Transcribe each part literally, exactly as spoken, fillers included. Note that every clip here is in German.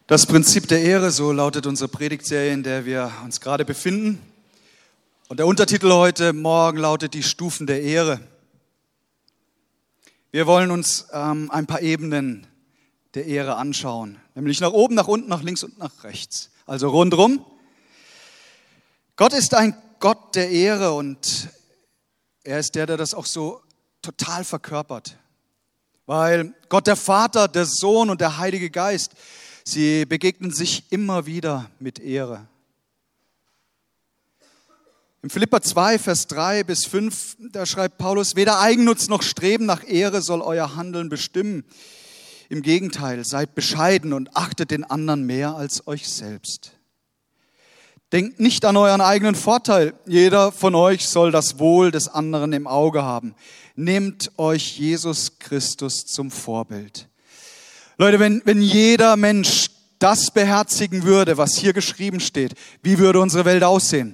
Das Prinzip der Ehre, so lautet unsere Predigtserie, in der wir uns gerade befinden. Und der Untertitel heute Morgen lautet die Stufen der Ehre. Wir wollen uns ähm, ein paar Ebenen der Ehre anschauen, nämlich nach oben, nach unten, nach links und nach rechts. Also rundherum. Gott ist ein Gott der Ehre und er ist der, der das auch so total verkörpert. Weil Gott der Vater, der Sohn und der Heilige Geist, sie begegnen sich immer wieder mit Ehre. Im Philipper zwei, Vers drei bis fünf, da schreibt Paulus, weder Eigennutz noch Streben nach Ehre soll euer Handeln bestimmen. Im Gegenteil, seid bescheiden und achtet den anderen mehr als euch selbst. Denkt nicht an euren eigenen Vorteil. Jeder von euch soll das Wohl des anderen im Auge haben. Nehmt euch Jesus Christus zum Vorbild. Leute, wenn, wenn jeder Mensch das beherzigen würde, was hier geschrieben steht, wie würde unsere Welt aussehen?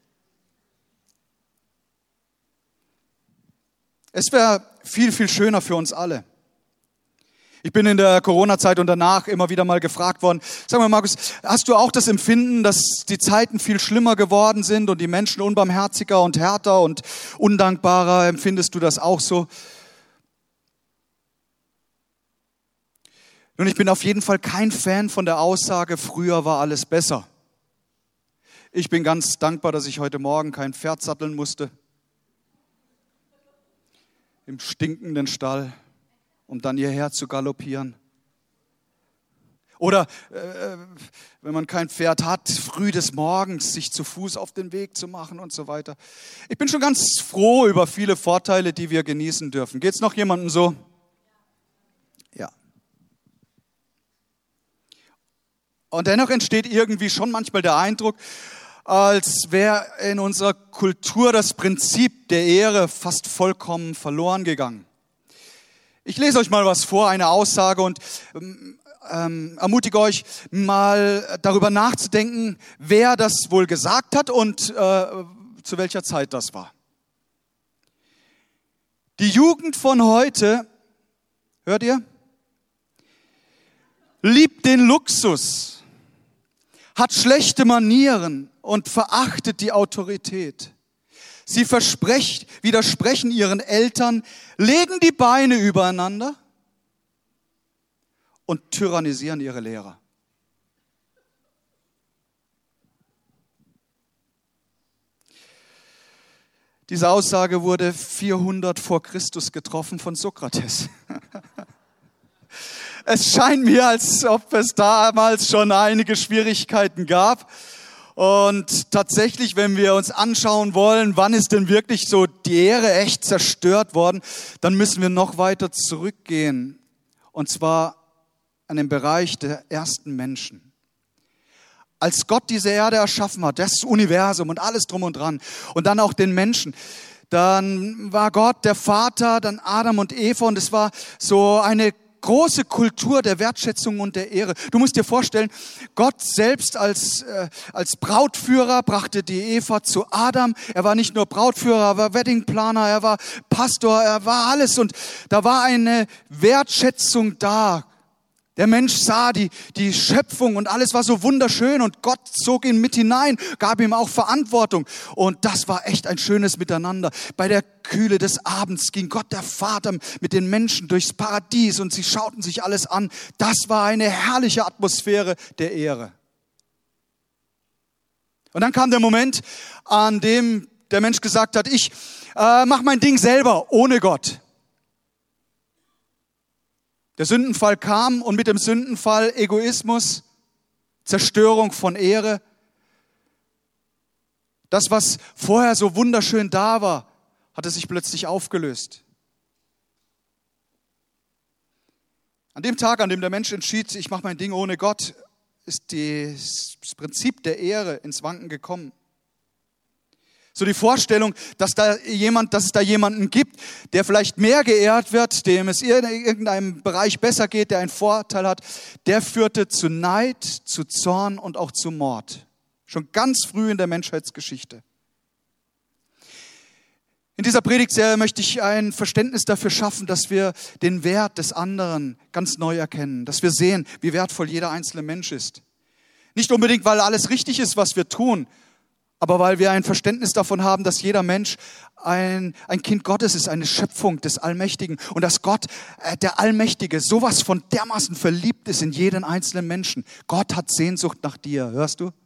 Es wäre viel, viel schöner für uns alle. Ich bin in der Corona-Zeit und danach immer wieder mal gefragt worden, sag mal Markus, hast du auch das Empfinden, dass die Zeiten viel schlimmer geworden sind und die Menschen unbarmherziger und härter und undankbarer? Empfindest du das auch so? Nun, ich bin auf jeden Fall kein Fan von der Aussage, früher war alles besser. Ich bin ganz dankbar, dass ich heute Morgen kein Pferd satteln musste. Im stinkenden Stall, um dann hierher zu galoppieren. Oder äh, wenn man kein Pferd hat, früh des Morgens sich zu Fuß auf den Weg zu machen und so weiter. Ich bin schon ganz froh über viele Vorteile, die wir genießen dürfen. Geht's noch jemandem so? Ja. Und dennoch entsteht irgendwie schon manchmal der Eindruck, als wäre in unserer Kultur das Prinzip der Ehre fast vollkommen verloren gegangen. Ich lese euch mal was vor, eine Aussage und ähm, ermutige euch mal darüber nachzudenken, wer das wohl gesagt hat und äh, zu welcher Zeit das war. Die Jugend von heute, hört ihr, liebt den Luxus, hat schlechte Manieren und verachtet die Autorität. Sie versprechen, widersprechen ihren Eltern, legen die Beine übereinander und tyrannisieren ihre Lehrer. Diese Aussage wurde vierhundert vor Christus getroffen von Sokrates. Es scheint mir, als ob es damals schon einige Schwierigkeiten gab. Und tatsächlich, wenn wir uns anschauen wollen, wann ist denn wirklich so die Ehre echt zerstört worden, dann müssen wir noch weiter zurückgehen. Und zwar an den Bereich der ersten Menschen. Als Gott diese Erde erschaffen hat, das Universum und alles drum und dran und dann auch den Menschen, dann war Gott der Vater, dann Adam und Eva und es war so eine große Kultur der Wertschätzung und der Ehre. Du musst dir vorstellen, Gott selbst als, äh, als Brautführer brachte die Eva zu Adam. Er war nicht nur Brautführer, er war Weddingplaner, er war Pastor, er war alles. Und da war eine Wertschätzung da. Der Mensch sah die, die Schöpfung und alles war so wunderschön und Gott zog ihn mit hinein, gab ihm auch Verantwortung. Und das war echt ein schönes Miteinander. Bei der Kühle des Abends ging Gott, der Vater, mit den Menschen durchs Paradies und sie schauten sich alles an. Das war eine herrliche Atmosphäre der Ehre. Und dann kam der Moment, an dem der Mensch gesagt hat, ich äh, mach mein Ding selber, ohne Gott. Der Sündenfall kam und mit dem Sündenfall Egoismus, Zerstörung von Ehre. Das, was vorher so wunderschön da war, hatte sich plötzlich aufgelöst. An dem Tag, an dem der Mensch entschied, ich mache mein Ding ohne Gott, ist die, das Prinzip der Ehre ins Wanken gekommen. So die Vorstellung, dass da jemand, dass es da jemanden gibt, der vielleicht mehr geehrt wird, dem es in irgendeinem Bereich besser geht, der einen Vorteil hat, der führte zu Neid, zu Zorn und auch zu Mord. Schon ganz früh in der Menschheitsgeschichte. In dieser Predigtserie möchte ich ein Verständnis dafür schaffen, dass wir den Wert des anderen ganz neu erkennen, dass wir sehen, wie wertvoll jeder einzelne Mensch ist. Nicht unbedingt, weil alles richtig ist, was wir tun, aber weil wir ein Verständnis davon haben, dass jeder Mensch ein, ein Kind Gottes ist, eine Schöpfung des Allmächtigen und dass Gott, äh, der Allmächtige, sowas von dermaßen verliebt ist in jeden einzelnen Menschen. Gott hat Sehnsucht nach dir, hörst du?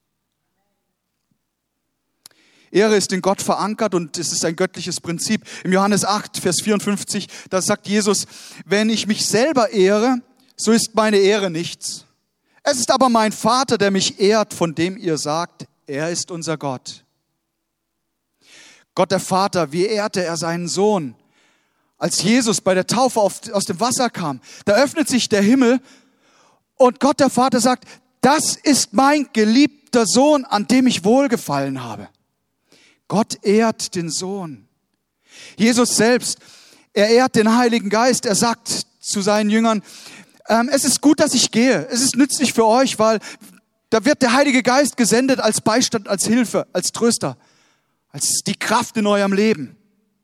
Ehre ist in Gott verankert und es ist ein göttliches Prinzip. Im Johannes acht, Vers vierundfünfzig, da sagt Jesus, wenn ich mich selber ehre, so ist meine Ehre nichts. Es ist aber mein Vater, der mich ehrt, von dem ihr sagt, er ist unser Gott. Gott der Vater, wie ehrte er seinen Sohn? Als Jesus bei der Taufe auf, aus dem Wasser kam, da öffnet sich der Himmel und Gott der Vater sagt, das ist mein geliebter Sohn, an dem ich wohlgefallen habe. Gott ehrt den Sohn. Jesus selbst, er ehrt den Heiligen Geist. Er sagt zu seinen Jüngern, ähm, es ist gut, dass ich gehe. Es ist nützlich für euch, weil da wird der Heilige Geist gesendet als Beistand, als Hilfe, als Tröster, als die Kraft in eurem Leben.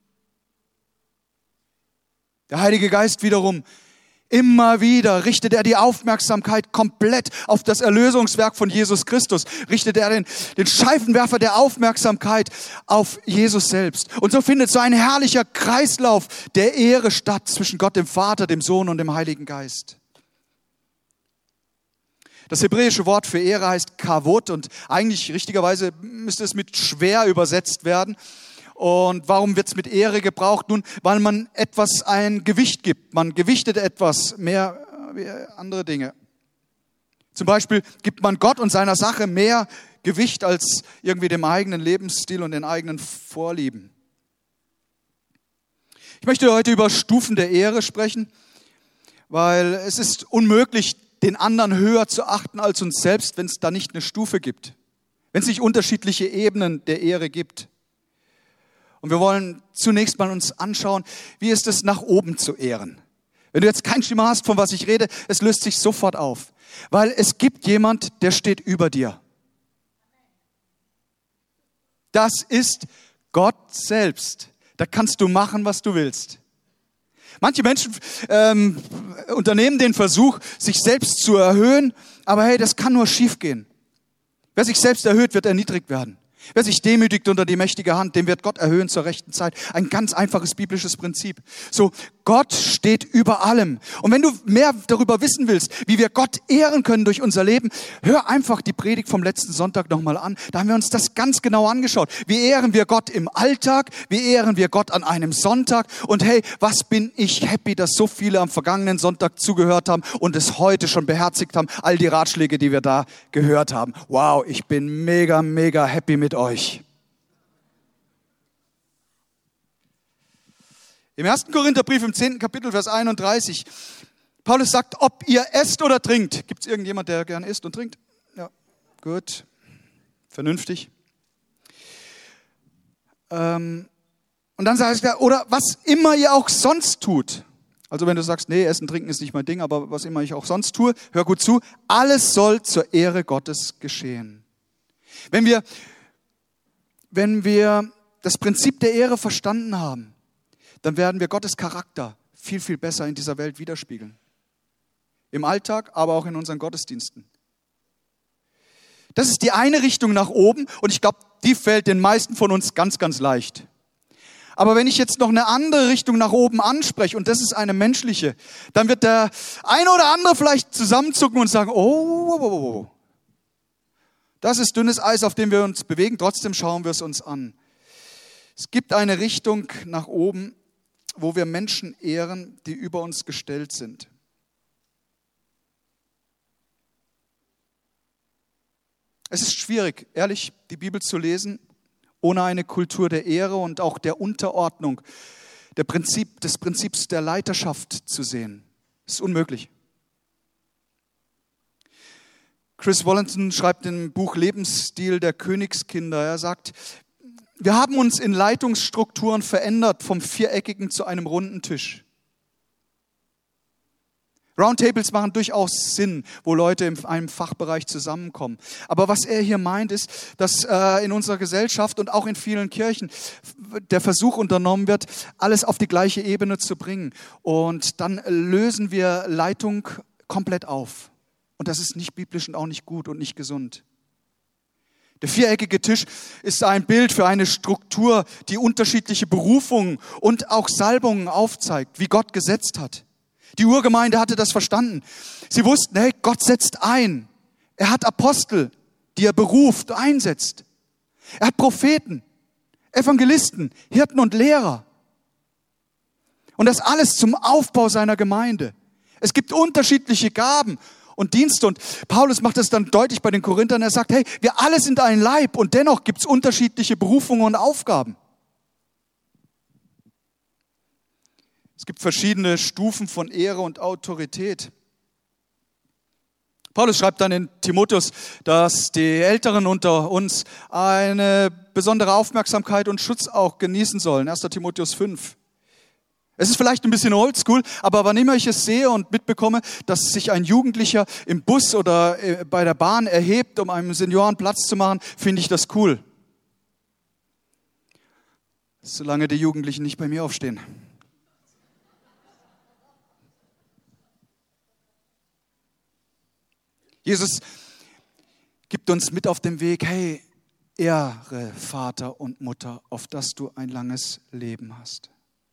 Der Heilige Geist wiederum, immer wieder richtet er die Aufmerksamkeit komplett auf das Erlösungswerk von Jesus Christus. Richtet er den, den Scheinwerfer der Aufmerksamkeit auf Jesus selbst. Und so findet so ein herrlicher Kreislauf der Ehre statt zwischen Gott dem Vater, dem Sohn und dem Heiligen Geist. Das hebräische Wort für Ehre heißt Kavod und eigentlich richtigerweise müsste es mit schwer übersetzt werden. Und warum wird es mit Ehre gebraucht? Nun, weil man etwas ein Gewicht gibt. Man gewichtet etwas mehr wie andere Dinge. Zum Beispiel gibt man Gott und seiner Sache mehr Gewicht als irgendwie dem eigenen Lebensstil und den eigenen Vorlieben. Ich möchte heute über Stufen der Ehre sprechen, weil es ist unmöglich, den anderen höher zu achten als uns selbst, wenn es da nicht eine Stufe gibt. Wenn es nicht unterschiedliche Ebenen der Ehre gibt. Und wir wollen zunächst mal uns anschauen, wie ist es, nach oben zu ehren. Wenn du jetzt keinen Schimmer hast, von was ich rede, es löst sich sofort auf. Weil es gibt jemand, der steht über dir. Das ist Gott selbst. Da kannst du machen, was du willst. Manche Menschen ähm, unternehmen den Versuch, sich selbst zu erhöhen, aber hey, das kann nur schief gehen. Wer sich selbst erhöht, wird erniedrigt werden. Wer sich demütigt unter die mächtige Hand, dem wird Gott erhöhen zur rechten Zeit. Ein ganz einfaches biblisches Prinzip. So, Gott steht über allem. Und wenn du mehr darüber wissen willst, wie wir Gott ehren können durch unser Leben, hör einfach die Predigt vom letzten Sonntag nochmal an. Da haben wir uns das ganz genau angeschaut. Wie ehren wir Gott im Alltag? Wie ehren wir Gott an einem Sonntag? Und hey, was bin ich happy, dass so viele am vergangenen Sonntag zugehört haben und es heute schon beherzigt haben. All die Ratschläge, die wir da gehört haben. Wow, ich bin mega, mega happy mit euch. Im ersten Korintherbrief im zehnten Kapitel, Vers einunddreißig, Paulus sagt, ob ihr esst oder trinkt. Gibt es irgendjemand, der gern isst und trinkt? Ja, gut, vernünftig. Ähm, und dann sagt er, oder was immer ihr auch sonst tut. Also wenn du sagst, nee, Essen, Trinken ist nicht mein Ding, aber was immer ich auch sonst tue, hör gut zu, alles soll zur Ehre Gottes geschehen. Wenn wir Wenn wir das Prinzip der Ehre verstanden haben, dann werden wir Gottes Charakter viel, viel besser in dieser Welt widerspiegeln. Im Alltag, aber auch in unseren Gottesdiensten. Das ist die eine Richtung nach oben und ich glaube, die fällt den meisten von uns ganz, ganz leicht. Aber wenn ich jetzt noch eine andere Richtung nach oben anspreche, und das ist eine menschliche, dann wird der eine oder andere vielleicht zusammenzucken und sagen, oh, oh, oh, oh. Das ist dünnes Eis, auf dem wir uns bewegen. Trotzdem schauen wir es uns an. Es gibt eine Richtung nach oben, wo wir Menschen ehren, die über uns gestellt sind. Es ist schwierig, ehrlich, die Bibel zu lesen, ohne eine Kultur der Ehre und auch der Unterordnung, der Prinzip, des Prinzips der Leiterschaft zu sehen. Es ist unmöglich. Chris Wallington schreibt im Buch Lebensstil der Königskinder, er sagt, wir haben uns in Leitungsstrukturen verändert vom viereckigen zu einem runden Tisch. Roundtables machen durchaus Sinn, wo Leute in einem Fachbereich zusammenkommen. Aber was er hier meint, ist, dass äh, in unserer Gesellschaft und auch in vielen Kirchen der Versuch unternommen wird, alles auf die gleiche Ebene zu bringen. Und dann lösen wir Leitung komplett auf. Und das ist nicht biblisch und auch nicht gut und nicht gesund. Der viereckige Tisch ist ein Bild für eine Struktur, die unterschiedliche Berufungen und auch Salbungen aufzeigt, wie Gott gesetzt hat. Die Urgemeinde hatte das verstanden. Sie wussten, hey, Gott setzt ein. Er hat Apostel, die er beruft, einsetzt. Er hat Propheten, Evangelisten, Hirten und Lehrer. Und das alles zum Aufbau seiner Gemeinde. Es gibt unterschiedliche Gaben und Dienste. Und Paulus macht das dann deutlich bei den Korinthern. Er sagt, hey, wir alle sind ein Leib und dennoch gibt es unterschiedliche Berufungen und Aufgaben. Es gibt verschiedene Stufen von Ehre und Autorität. Paulus schreibt dann in Timotheus, dass die Älteren unter uns eine besondere Aufmerksamkeit und Schutz auch genießen sollen. erster Timotheus fünf. Es ist vielleicht ein bisschen oldschool, aber wann immer ich es sehe und mitbekomme, dass sich ein Jugendlicher im Bus oder bei der Bahn erhebt, um einem Senioren Platz zu machen, finde ich das cool. Solange die Jugendlichen nicht bei mir aufstehen. Jesus gibt uns mit auf den Weg, hey, ehre Vater und Mutter, auf dass du ein langes Leben hast.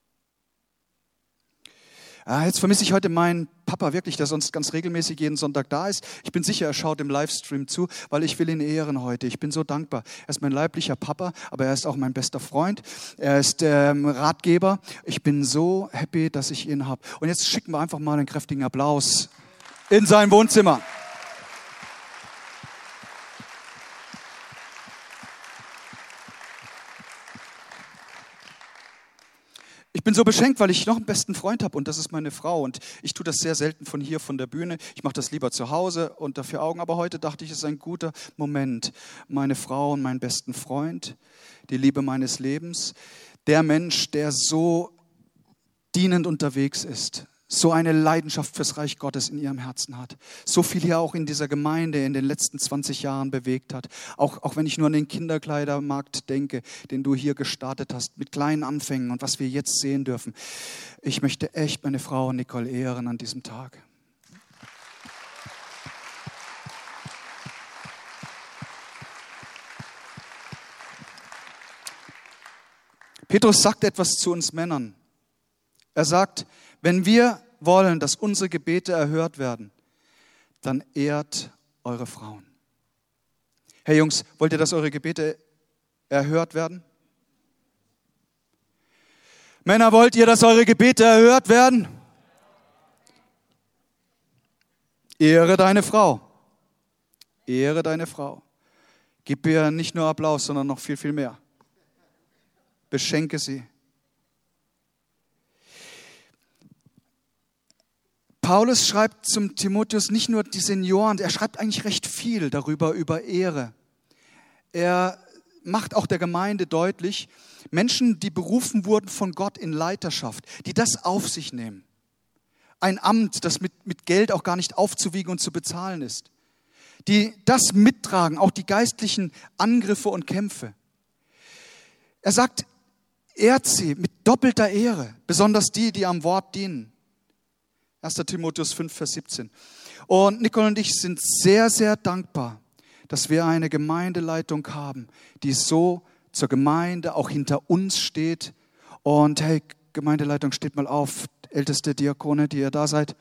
Ah, jetzt vermisse ich heute meinen Papa wirklich, der sonst ganz regelmäßig jeden Sonntag da ist. Ich bin sicher, er schaut im Livestream zu, weil ich will ihn ehren heute. Ich bin so dankbar. Er ist mein leiblicher Papa, aber er ist auch mein bester Freund. Er ist ähm, Ratgeber. Ich bin so happy, dass ich ihn habe. Und jetzt schicken wir einfach mal einen kräftigen Applaus in sein Wohnzimmer. Ich bin so beschenkt, weil ich noch einen besten Freund habe und das ist meine Frau. Und ich tue das sehr selten von hier, von der Bühne. Ich mache das lieber zu Hause unter vier Augen. Aber heute dachte ich, es ist ein guter Moment. Meine Frau und meinen besten Freund, die Liebe meines Lebens. Der Mensch, der so dienend unterwegs ist. So eine Leidenschaft fürs Reich Gottes in ihrem Herzen hat. So viel hier auch in dieser Gemeinde in den letzten zwanzig Jahren bewegt hat. Auch, auch wenn ich nur an den Kinderkleidermarkt denke, den du hier gestartet hast, mit kleinen Anfängen und was wir jetzt sehen dürfen. Ich möchte echt meine Frau Nicole ehren an diesem Tag. Petrus sagt etwas zu uns Männern. Er sagt, wenn wir wollen, dass unsere Gebete erhört werden, dann ehrt eure Frauen. Hey Jungs, wollt ihr, dass eure Gebete erhört werden? Männer, wollt ihr, dass eure Gebete erhört werden? Ehre deine Frau. Ehre deine Frau. Gib ihr nicht nur Applaus, sondern noch viel, viel mehr. Beschenke sie. Paulus schreibt zum Timotheus nicht nur die Senioren, er schreibt eigentlich recht viel darüber, über Ehre. Er macht auch der Gemeinde deutlich, Menschen, die berufen wurden von Gott in Leiterschaft, die das auf sich nehmen. Ein Amt, das mit, mit Geld auch gar nicht aufzuwiegen und zu bezahlen ist. Die das mittragen, auch die geistlichen Angriffe und Kämpfe. Er sagt, ehrt sie mit doppelter Ehre, besonders die, die am Wort dienen. erster Timotheus fünf, Vers siebzehn. Und Nicole und ich sind sehr, sehr dankbar, dass wir eine Gemeindeleitung haben, die so zur Gemeinde auch hinter uns steht. Und hey, Gemeindeleitung, steht mal auf, älteste Diakone, die ihr da seid.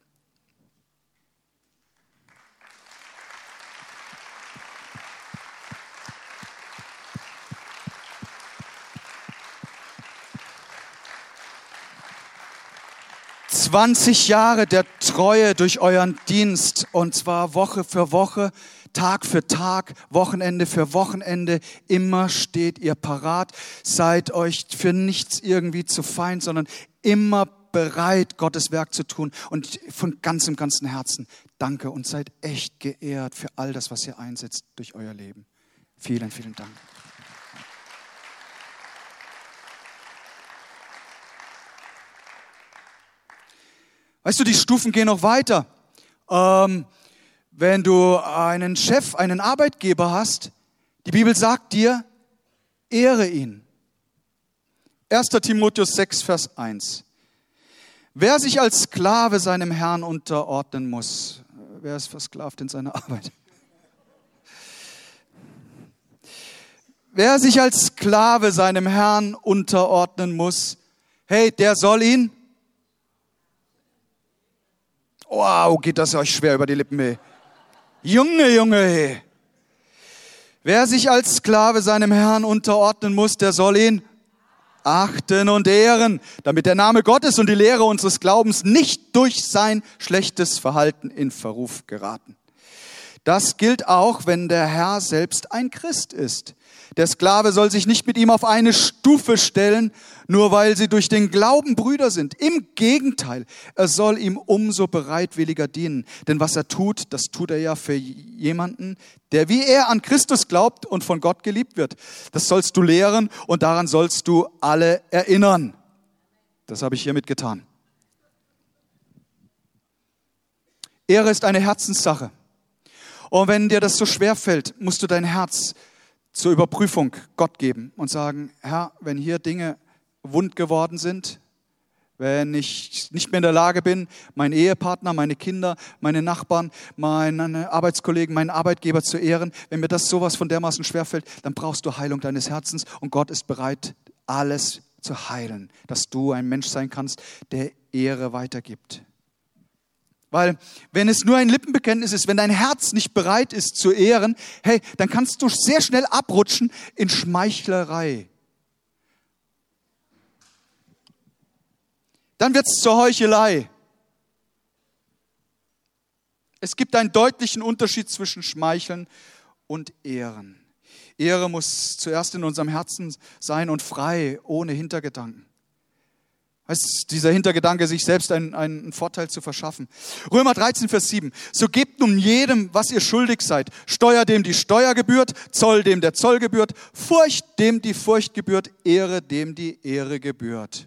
zwanzig Jahre der Treue durch euren Dienst und zwar Woche für Woche, Tag für Tag, Wochenende für Wochenende. Immer steht ihr parat, seid euch für nichts irgendwie zu fein, sondern immer bereit, Gottes Werk zu tun und von ganzem, ganzem Herzen danke und seid echt geehrt für all das, was ihr einsetzt durch euer Leben. Vielen, vielen Dank. Weißt du, die Stufen gehen noch weiter. Ähm, wenn du einen Chef, einen Arbeitgeber hast, die Bibel sagt dir, ehre ihn. erster Timotheus sechs, Vers eins. Wer sich als Sklave seinem Herrn unterordnen muss, wer ist versklavt in seiner Arbeit? Wer sich als Sklave seinem Herrn unterordnen muss, hey, der soll ihn. Wow, geht das euch schwer über die Lippen, hey. Junge, Junge, hey. Wer sich als Sklave seinem Herrn unterordnen muss, der soll ihn achten und ehren, damit der Name Gottes und die Lehre unseres Glaubens nicht durch sein schlechtes Verhalten in Verruf geraten. Das gilt auch, wenn der Herr selbst ein Christ ist. Der Sklave soll sich nicht mit ihm auf eine Stufe stellen, nur weil sie durch den Glauben Brüder sind. Im Gegenteil, er soll ihm umso bereitwilliger dienen. Denn was er tut, das tut er ja für jemanden, der wie er an Christus glaubt und von Gott geliebt wird. Das sollst du lehren und daran sollst du alle erinnern. Das habe ich hiermit getan. Ehre ist eine Herzenssache. Und wenn dir das so schwer fällt, musst du dein Herz zur Überprüfung Gott geben und sagen, Herr, wenn hier Dinge wund geworden sind, wenn ich nicht mehr in der Lage bin, meinen Ehepartner, meine Kinder, meine Nachbarn, meine Arbeitskollegen, meinen Arbeitgeber zu ehren, wenn mir das sowas von dermaßen schwerfällt, dann brauchst du Heilung deines Herzens und Gott ist bereit, alles zu heilen, dass du ein Mensch sein kannst, der Ehre weitergibt. Weil wenn es nur ein Lippenbekenntnis ist, wenn dein Herz nicht bereit ist zu ehren, hey, dann kannst du sehr schnell abrutschen in Schmeichlerei. Dann wird es zur Heuchelei. Es gibt einen deutlichen Unterschied zwischen Schmeicheln und Ehren. Ehre muss zuerst in unserem Herzen sein und frei, ohne Hintergedanken. Heißt dieser Hintergedanke, sich selbst einen, einen Vorteil zu verschaffen. Römer dreizehn, Vers sieben. So gebt nun jedem, was ihr schuldig seid. Steuer dem die Steuer gebührt, Zoll dem der Zoll gebührt, Furcht dem die Furcht gebührt, Ehre dem die Ehre gebührt.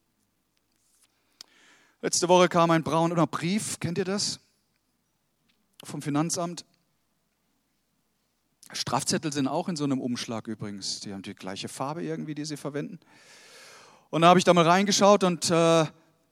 Letzte Woche kam ein brauner Brief, kennt ihr das? Vom Finanzamt. Strafzettel sind auch in so einem Umschlag übrigens. Die haben die gleiche Farbe irgendwie, die sie verwenden. Und da habe ich da mal reingeschaut und äh,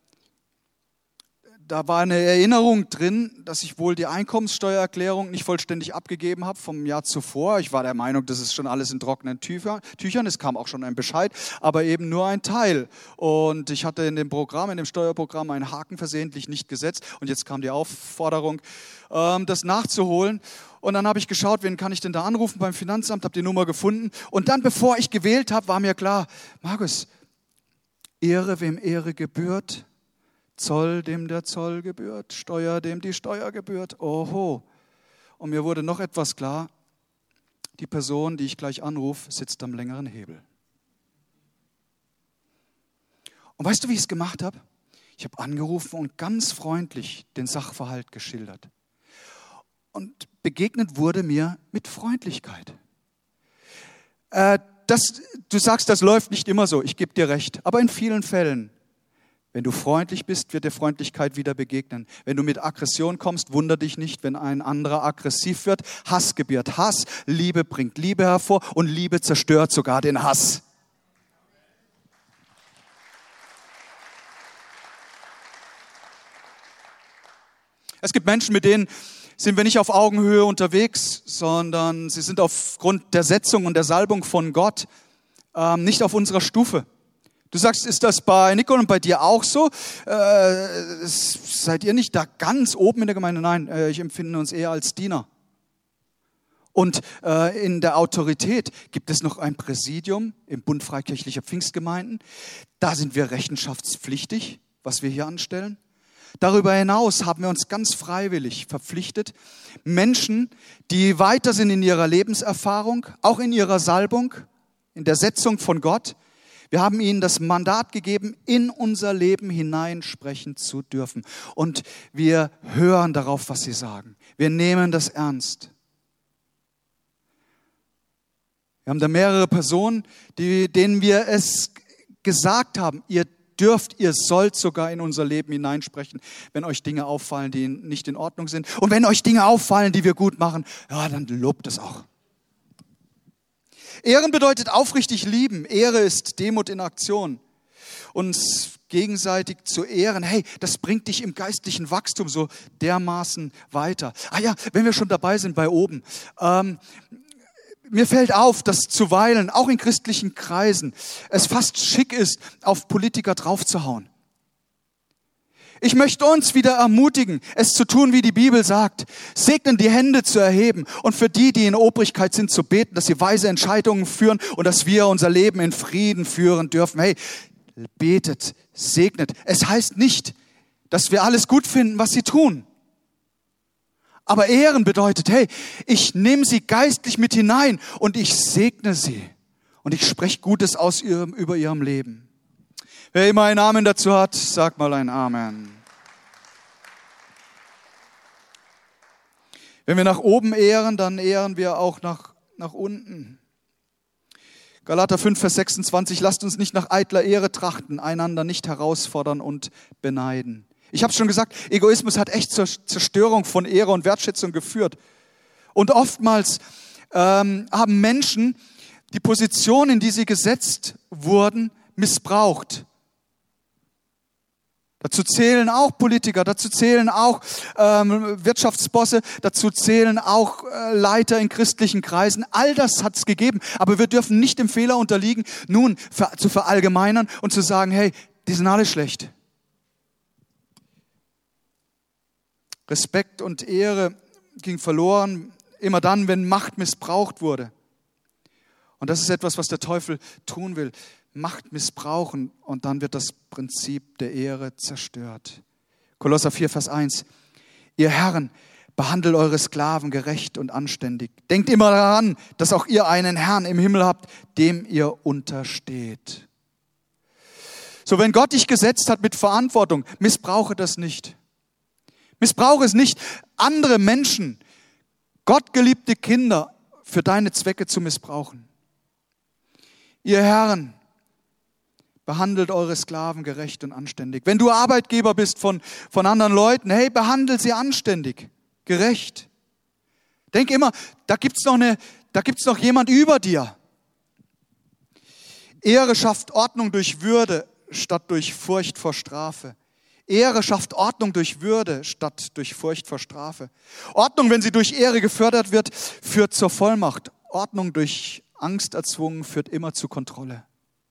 da war eine Erinnerung drin, dass ich wohl die Einkommenssteuererklärung nicht vollständig abgegeben habe vom Jahr zuvor. Ich war der Meinung, das ist schon alles in trockenen Tüchern. Es kam auch schon ein Bescheid, aber eben nur ein Teil. Und ich hatte in dem Programm, in dem Steuerprogramm einen Haken versehentlich nicht gesetzt. Und jetzt kam die Aufforderung, ähm, das nachzuholen. Und dann habe ich geschaut, wen kann ich denn da anrufen beim Finanzamt, habe die Nummer gefunden. Und dann, bevor ich gewählt habe, war mir klar, Markus, Ehre, wem Ehre gebührt, Zoll, dem der Zoll gebührt, Steuer, dem die Steuer gebührt. Oho. Und mir wurde noch etwas klar, die Person, die ich gleich anrufe, sitzt am längeren Hebel. Und weißt du, wie ich es gemacht habe? Ich habe angerufen und ganz freundlich den Sachverhalt geschildert. Und begegnet wurde mir mit Freundlichkeit. Äh, Das, du sagst, das läuft nicht immer so, ich gebe dir recht. Aber in vielen Fällen, wenn du freundlich bist, wird dir Freundlichkeit wieder begegnen. Wenn du mit Aggression kommst, wunder dich nicht, wenn ein anderer aggressiv wird. Hass gebiert Hass, Liebe bringt Liebe hervor und Liebe zerstört sogar den Hass. Es gibt Menschen, mit denen sind wir nicht auf Augenhöhe unterwegs, sondern sie sind aufgrund der Setzung und der Salbung von Gott ähm, nicht auf unserer Stufe. Du sagst, ist das bei Nico und bei dir auch so? Äh, seid ihr nicht da ganz oben in der Gemeinde? Nein, äh, ich empfinde uns eher als Diener. Und äh, in der Autorität gibt es noch ein Präsidium im Bund Freikirchlicher Pfingstgemeinden. Da sind wir rechenschaftspflichtig, was wir hier anstellen. Darüber hinaus haben wir uns ganz freiwillig verpflichtet, Menschen, die weiter sind in ihrer Lebenserfahrung, auch in ihrer Salbung, in der Setzung von Gott, wir haben ihnen das Mandat gegeben, in unser Leben hineinsprechen zu dürfen. Und wir hören darauf, was sie sagen. Wir nehmen das ernst. Wir haben da mehrere Personen, die, denen wir es gesagt haben, ihr dürft, ihr sollt sogar in unser Leben hineinsprechen, wenn euch Dinge auffallen, die nicht in Ordnung sind. Und wenn euch Dinge auffallen, die wir gut machen, ja, dann lobt es auch. Ehren bedeutet aufrichtig lieben. Ehre ist Demut in Aktion. Uns gegenseitig zu ehren, hey, das bringt dich im geistlichen Wachstum so dermaßen weiter. Ah ja, wenn wir schon dabei sind bei oben. Ähm, mir fällt auf, dass zuweilen, auch in christlichen Kreisen, es fast schick ist, auf Politiker draufzuhauen. Ich möchte uns wieder ermutigen, es zu tun, wie die Bibel sagt. Segnen, die Hände zu erheben und für die, die in Obrigkeit sind, zu beten, dass sie weise Entscheidungen führen und dass wir unser Leben in Frieden führen dürfen. Hey, betet, segnet. Es heißt nicht, dass wir alles gut finden, was sie tun. Aber Ehren bedeutet, hey, ich nehme sie geistlich mit hinein und ich segne sie. Und ich spreche Gutes aus ihrem, über ihrem Leben. Wer immer einen Amen dazu hat, sag mal ein Amen. Wenn wir nach oben ehren, dann ehren wir auch nach, nach unten. Galater fünf, Vers sechsundzwanzig, lasst uns nicht nach eitler Ehre trachten, einander nicht herausfordern und beneiden. Ich habe schon gesagt, Egoismus hat echt zur Zerstörung von Ehre und Wertschätzung geführt. Und oftmals ähm, haben Menschen die Position, in die sie gesetzt wurden, missbraucht. Dazu zählen auch Politiker, dazu zählen auch ähm, Wirtschaftsbosse, dazu zählen auch äh, Leiter in christlichen Kreisen. All das hat es gegeben, aber wir dürfen nicht dem Fehler unterliegen, nun ver- zu verallgemeinern und zu sagen, hey, die sind alle schlecht. Respekt und Ehre ging verloren, immer dann, wenn Macht missbraucht wurde. Und das ist etwas, was der Teufel tun will. Macht missbrauchen und dann wird das Prinzip der Ehre zerstört. Kolosser vier, Vers eins. Ihr Herren, behandelt eure Sklaven gerecht und anständig. Denkt immer daran, dass auch ihr einen Herrn im Himmel habt, dem ihr untersteht. So, wenn Gott dich gesetzt hat mit Verantwortung, missbrauche das nicht. Missbrauche es nicht, andere Menschen, gottgeliebte Kinder für deine Zwecke zu missbrauchen. Ihr Herren, behandelt eure Sklaven gerecht und anständig. Wenn du Arbeitgeber bist von, von anderen Leuten, hey, behandelt sie anständig, gerecht. Denk immer, da gibt's noch eine, da gibt's noch jemand über dir. Ehre schafft Ordnung durch Würde statt durch Furcht vor Strafe. Ehre schafft Ordnung durch Würde statt durch Furcht vor Strafe. Ordnung, wenn sie durch Ehre gefördert wird, führt zur Vollmacht. Ordnung durch Angst erzwungen führt immer zu Kontrolle.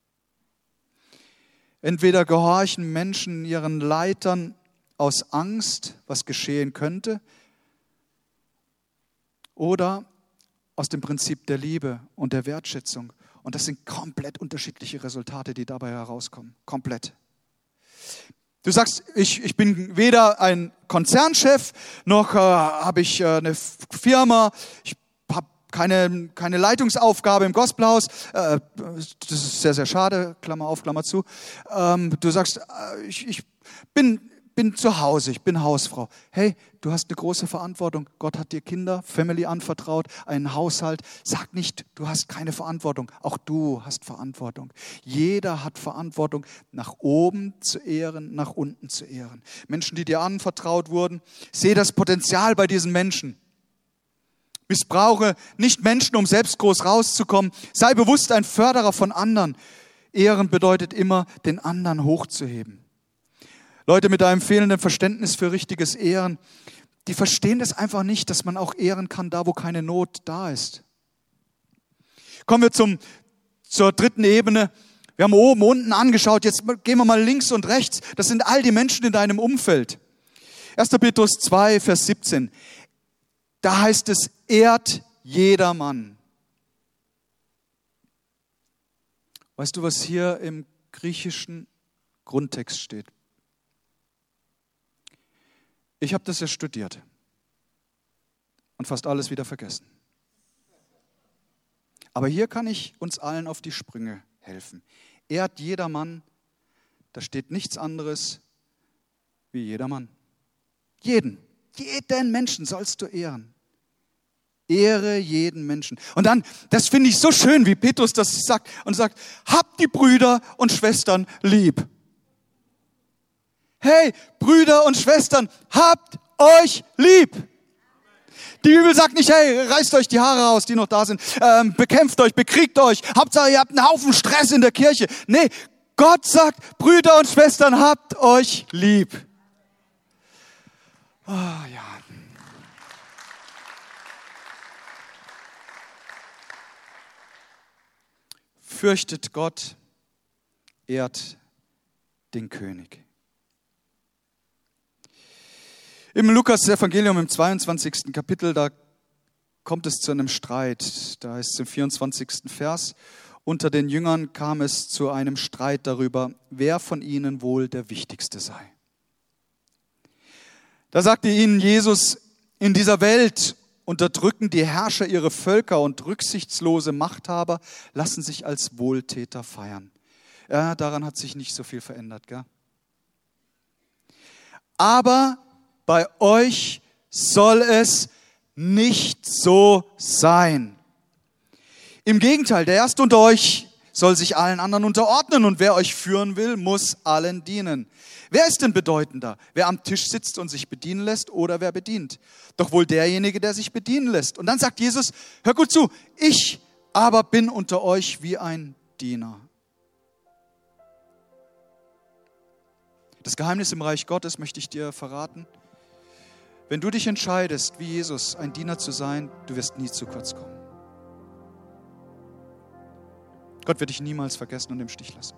Entweder gehorchen Menschen ihren Leitern aus Angst, was geschehen könnte, oder aus dem Prinzip der Liebe und der Wertschätzung. Und das sind komplett unterschiedliche Resultate, die dabei herauskommen. Komplett. Du sagst, ich, ich bin weder ein Konzernchef, noch äh, habe ich äh, eine Firma, ich habe keine, keine Leitungsaufgabe im Gospelhaus. Äh, das ist sehr, sehr schade, Klammer auf, Klammer zu. Ähm, du sagst, äh, ich, ich bin, bin zu Hause, ich bin Hausfrau. Hey, du hast eine große Verantwortung. Gott hat dir Kinder, Family anvertraut, einen Haushalt. Sag nicht, du hast keine Verantwortung. Auch du hast Verantwortung. Jeder hat Verantwortung, nach oben zu ehren, nach unten zu ehren. Menschen, die dir anvertraut wurden, sehe das Potenzial bei diesen Menschen. Missbrauche nicht Menschen, um selbst groß rauszukommen. Sei bewusst ein Förderer von anderen. Ehren bedeutet immer, den anderen hochzuheben. Leute mit einem fehlenden Verständnis für richtiges Ehren, die verstehen das einfach nicht, dass man auch ehren kann, da wo keine Not da ist. Kommen wir zum, zur dritten Ebene. Wir haben oben, unten angeschaut, jetzt gehen wir mal links und rechts. Das sind all die Menschen in deinem Umfeld. erster Petrus zwei, Vers siebzehn. Da heißt es, ehrt jedermann. Weißt du, was hier im griechischen Grundtext steht? Ich habe das ja studiert und fast alles wieder vergessen. Aber hier kann ich uns allen auf die Sprünge helfen. Ehrt jedermann, da steht nichts anderes wie jedermann. Jeden, jeden Menschen sollst du ehren. Ehre jeden Menschen. Und dann, das finde ich so schön, wie Petrus das sagt und sagt, habt die Brüder und Schwestern lieb. Hey, Brüder und Schwestern, habt euch lieb. Die Bibel sagt nicht, hey, reißt euch die Haare aus, die noch da sind, ähm, bekämpft euch, bekriegt euch, Hauptsache ihr habt einen Haufen Stress in der Kirche. Nee, Gott sagt, Brüder und Schwestern, habt euch lieb. Oh, ja. Fürchtet Gott, ehrt den König. Im Lukas-Evangelium im zweiundzwanzigsten Kapitel, da kommt es zu einem Streit. Da heißt es im vierundzwanzigsten Vers, unter den Jüngern kam es zu einem Streit darüber, wer von ihnen wohl der Wichtigste sei. Da sagte ihnen Jesus, in dieser Welt unterdrücken die Herrscher ihre Völker und rücksichtslose Machthaber lassen sich als Wohltäter feiern. Ja, daran hat sich nicht so viel verändert, gell? Aber bei euch soll es nicht so sein. Im Gegenteil, der Erste unter euch soll sich allen anderen unterordnen und wer euch führen will, muss allen dienen. Wer ist denn bedeutender? Wer am Tisch sitzt und sich bedienen lässt oder wer bedient? Doch wohl derjenige, der sich bedienen lässt. Und dann sagt Jesus, hör gut zu, ich aber bin unter euch wie ein Diener. Das Geheimnis im Reich Gottes möchte ich dir verraten. Wenn du dich entscheidest, wie Jesus, ein Diener zu sein, du wirst nie zu kurz kommen. Gott wird dich niemals vergessen und im Stich lassen.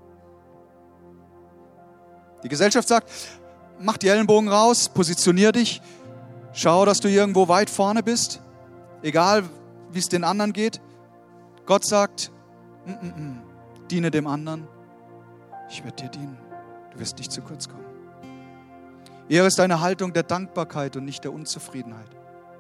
Die Gesellschaft sagt, mach die Ellenbogen raus, positionier dich, schau, dass du irgendwo weit vorne bist, egal wie es den anderen geht. Gott sagt, mm, mm, mm, diene dem anderen, ich werde dir dienen, du wirst nicht zu kurz kommen. Ehre ist eine Haltung der Dankbarkeit und nicht der Unzufriedenheit.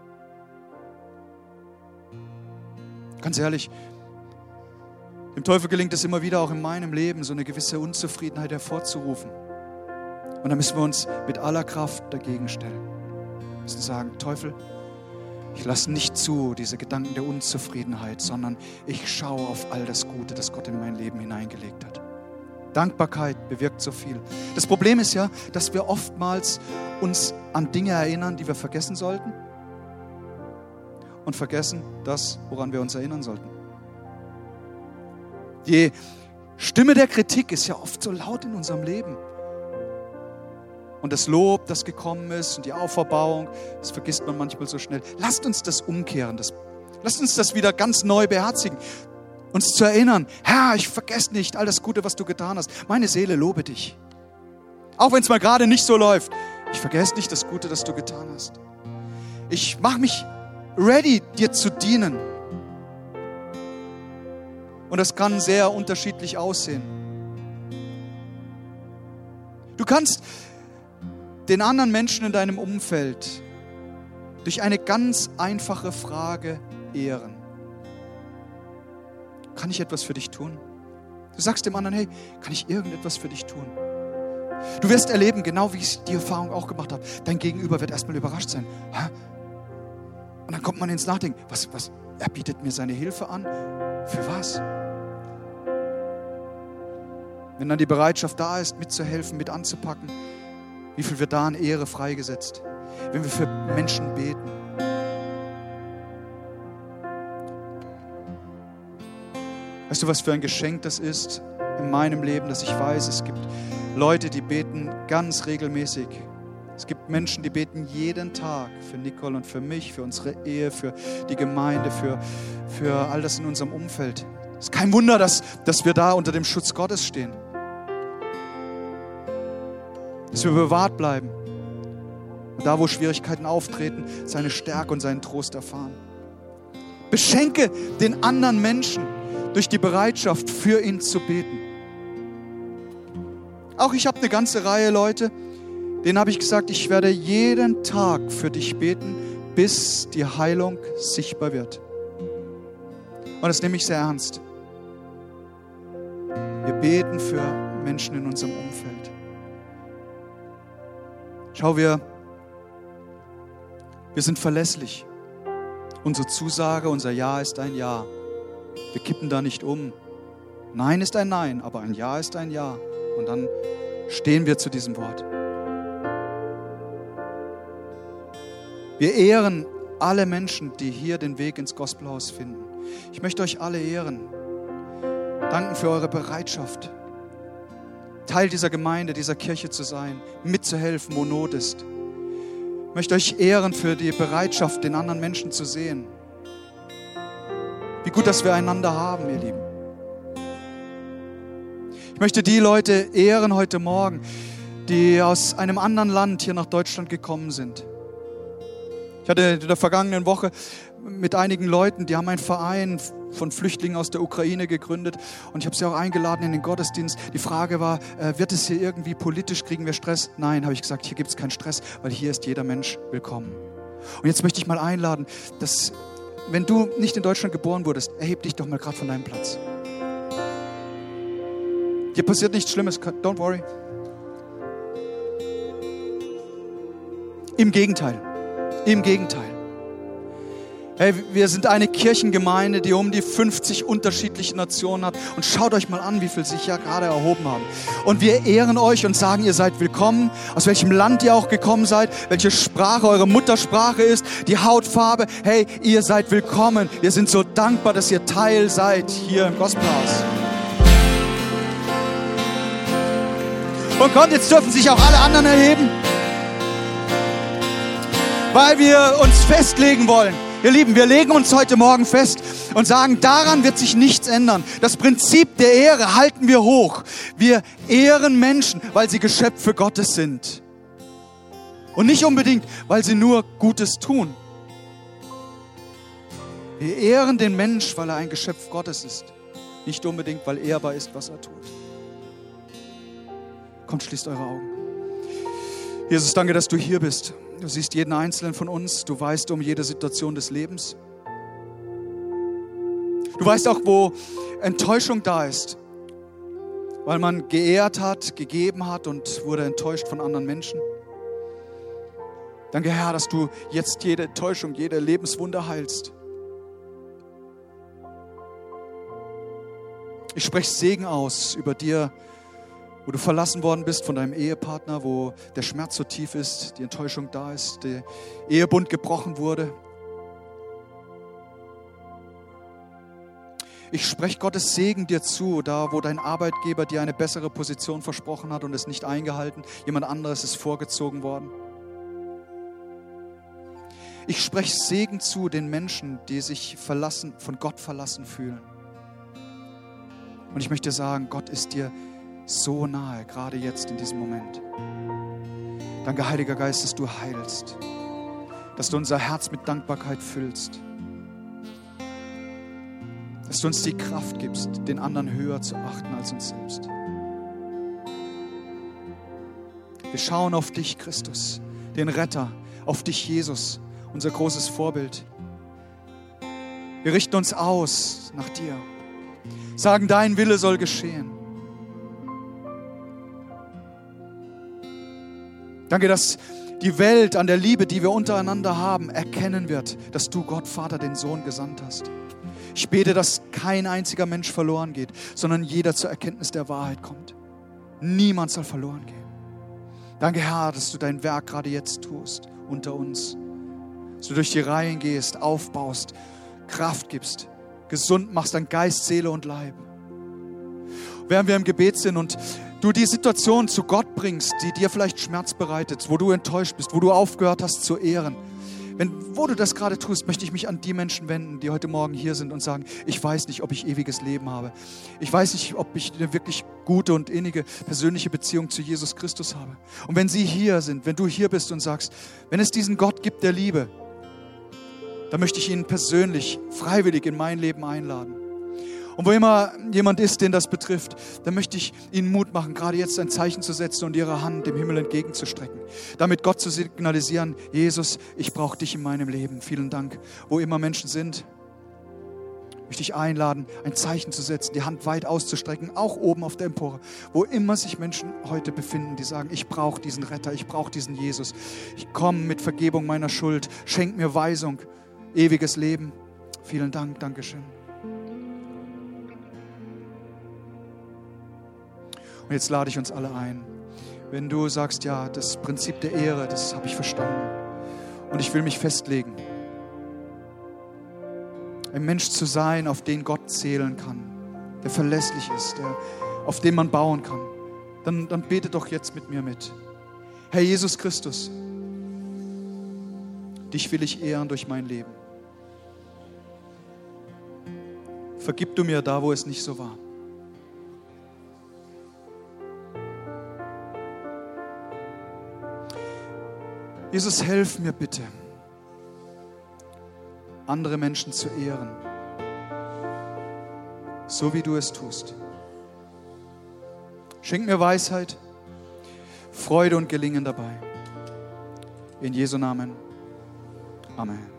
Ganz ehrlich, dem Teufel gelingt es immer wieder, auch in meinem Leben, so eine gewisse Unzufriedenheit hervorzurufen. Und dann müssen wir uns mit aller Kraft dagegen stellen. Wir müssen sagen, Teufel, ich lasse nicht zu, diese Gedanken der Unzufriedenheit, sondern ich schaue auf all das Gute, das Gott in mein Leben hineingelegt hat. Dankbarkeit bewirkt so viel. Das Problem ist ja, dass wir oftmals uns an Dinge erinnern, die wir vergessen sollten und vergessen das, woran wir uns erinnern sollten. Die Stimme der Kritik ist ja oft so laut in unserem Leben. Und das Lob, das gekommen ist und die Auferbauung, das vergisst man manchmal so schnell. Lasst uns das umkehren. Das, lasst uns das wieder ganz neu beherzigen. Uns zu erinnern, Herr, ich vergesse nicht all das Gute, was du getan hast. Meine Seele lobe dich. Auch wenn es mal gerade nicht so läuft. Ich vergesse nicht das Gute, das du getan hast. Ich mache mich ready, dir zu dienen. Und das kann sehr unterschiedlich aussehen. Du kannst den anderen Menschen in deinem Umfeld durch eine ganz einfache Frage ehren. Kann ich etwas für dich tun? Du sagst dem anderen, hey, kann ich irgendetwas für dich tun? Du wirst erleben, genau wie ich die Erfahrung auch gemacht habe, dein Gegenüber wird erstmal überrascht sein. Hä? Und dann kommt man ins Nachdenken, was, was, er bietet mir seine Hilfe an? Für was? Wenn dann die Bereitschaft da ist, mitzuhelfen, mit anzupacken, wie viel wird da an Ehre freigesetzt? Wenn wir für Menschen beten. Weißt du, was für ein Geschenk das ist in meinem Leben, dass ich weiß, es gibt Leute, die beten ganz regelmäßig. Es gibt Menschen, die beten jeden Tag für Nicole und für mich, für unsere Ehe, für die Gemeinde, für, für all das in unserem Umfeld. Es ist kein Wunder, dass, dass wir da unter dem Schutz Gottes stehen. Dass wir bewahrt bleiben. Und da, wo Schwierigkeiten auftreten, seine Stärke und seinen Trost erfahren. Beschenke den anderen Menschen durch die Bereitschaft, für ihn zu beten. Auch ich habe eine ganze Reihe Leute, denen habe ich gesagt, ich werde jeden Tag für dich beten, bis die Heilung sichtbar wird. Und das nehme ich sehr ernst. Wir beten für Menschen in unserem Umfeld. Schau, wir, wir sind verlässlich. Unsere Zusage, unser Ja ist ein Ja. Wir kippen da nicht um. Nein ist ein Nein, aber ein Ja ist ein Ja. Und dann stehen wir zu diesem Wort. Wir ehren alle Menschen, die hier den Weg ins Gospelhaus finden. Ich möchte euch alle ehren. Danken für eure Bereitschaft, Teil dieser Gemeinde, dieser Kirche zu sein, mitzuhelfen, wo Not ist. Ich möchte euch ehren für die Bereitschaft, den anderen Menschen zu sehen. Wie gut, dass wir einander haben, ihr Lieben. Ich möchte die Leute ehren heute Morgen, die aus einem anderen Land hier nach Deutschland gekommen sind. Ich hatte in der vergangenen Woche mit einigen Leuten, die haben einen Verein von Flüchtlingen aus der Ukraine gegründet und ich habe sie auch eingeladen in den Gottesdienst. Die Frage war, äh, wird es hier irgendwie politisch, kriegen wir Stress? Nein, habe ich gesagt, hier gibt es keinen Stress, weil hier ist jeder Mensch willkommen. Und jetzt möchte ich mal einladen, dass, wenn du nicht in Deutschland geboren wurdest, erheb dich doch mal gerade von deinem Platz. Dir passiert nichts Schlimmes, don't worry. Im Gegenteil, im Gegenteil. Hey, wir sind eine Kirchengemeinde, die um die fünfzig unterschiedliche Nationen hat. Und schaut euch mal an, wie viele sich ja gerade erhoben haben. Und wir ehren euch und sagen, ihr seid willkommen, aus welchem Land ihr auch gekommen seid, welche Sprache eure Muttersprache ist, die Hautfarbe. Hey, ihr seid willkommen. Wir sind so dankbar, dass ihr Teil seid hier im Gospelhaus. Und Gott, jetzt dürfen sich auch alle anderen erheben, weil wir uns festlegen wollen. Ihr Lieben, wir legen uns heute Morgen fest und sagen, daran wird sich nichts ändern. Das Prinzip der Ehre halten wir hoch. Wir ehren Menschen, weil sie Geschöpfe Gottes sind. Und nicht unbedingt, weil sie nur Gutes tun. Wir ehren den Mensch, weil er ein Geschöpf Gottes ist. Nicht unbedingt, weil ehrbar ist, was er tut. Kommt, schließt eure Augen. Jesus, danke, dass du hier bist. Du siehst jeden Einzelnen von uns. Du weißt um jede Situation des Lebens. Du weißt auch, wo Enttäuschung da ist, weil man geehrt hat, gegeben hat und wurde enttäuscht von anderen Menschen. Danke, Herr, dass du jetzt jede Enttäuschung, jede Lebenswunde heilst. Ich spreche Segen aus über dir, wo du verlassen worden bist von deinem Ehepartner, wo der Schmerz so tief ist, die Enttäuschung da ist, der Ehebund gebrochen wurde. Ich spreche Gottes Segen dir zu, da wo dein Arbeitgeber dir eine bessere Position versprochen hat und es nicht eingehalten, jemand anderes ist vorgezogen worden. Ich spreche Segen zu den Menschen, die sich verlassen, von Gott verlassen fühlen. Und ich möchte sagen, Gott ist dir so nahe, gerade jetzt in diesem Moment. Danke, Heiliger Geist, dass du heilst, dass du unser Herz mit Dankbarkeit füllst, dass du uns die Kraft gibst, den anderen höher zu achten als uns selbst. Wir schauen auf dich, Christus, den Retter, auf dich, Jesus, unser großes Vorbild. Wir richten uns aus nach dir, sagen, dein Wille soll geschehen. Danke, dass die Welt an der Liebe, die wir untereinander haben, erkennen wird, dass du, Gott Vater, den Sohn gesandt hast. Ich bete, dass kein einziger Mensch verloren geht, sondern jeder zur Erkenntnis der Wahrheit kommt. Niemand soll verloren gehen. Danke, Herr, dass du dein Werk gerade jetzt tust unter uns. Dass du durch die Reihen gehst, aufbaust, Kraft gibst, gesund machst an Geist, Seele und Leib. Während wir im Gebet sind und du die Situation zu Gott bringst, die dir vielleicht Schmerz bereitet, wo du enttäuscht bist, wo du aufgehört hast zu ehren. Wenn, wo du das gerade tust, möchte ich mich an die Menschen wenden, die heute Morgen hier sind und sagen, ich weiß nicht, ob ich ewiges Leben habe. Ich weiß nicht, ob ich eine wirklich gute und innige persönliche Beziehung zu Jesus Christus habe. Und wenn sie hier sind, wenn du hier bist und sagst, wenn es diesen Gott gibt der Liebe, dann möchte ich ihn persönlich, freiwillig in mein Leben einladen. Und wo immer jemand ist, den das betrifft, dann möchte ich ihnen Mut machen, gerade jetzt ein Zeichen zu setzen und ihre Hand dem Himmel entgegenzustrecken. Damit Gott zu signalisieren, Jesus, ich brauche dich in meinem Leben. Vielen Dank. Wo immer Menschen sind, möchte ich einladen, ein Zeichen zu setzen, die Hand weit auszustrecken, auch oben auf der Empore. Wo immer sich Menschen heute befinden, die sagen, ich brauche diesen Retter, ich brauche diesen Jesus. Ich komme mit Vergebung meiner Schuld, schenk mir Weisung, ewiges Leben. Vielen Dank, Dankeschön. Und jetzt lade ich uns alle ein, Wenn du sagst, ja, das Prinzip der Ehre, das habe ich verstanden und ich will mich festlegen, ein Mensch zu sein, auf den Gott zählen kann, der verlässlich ist, der, auf den man bauen kann, dann, dann bete doch jetzt mit mir mit. Herr Jesus Christus, dich will ich ehren durch mein Leben. Vergib du mir da, wo es nicht so war. Jesus, helf mir bitte, andere Menschen zu ehren, so wie du es tust. Schenk mir Weisheit, Freude und Gelingen dabei. In Jesu Namen. Amen.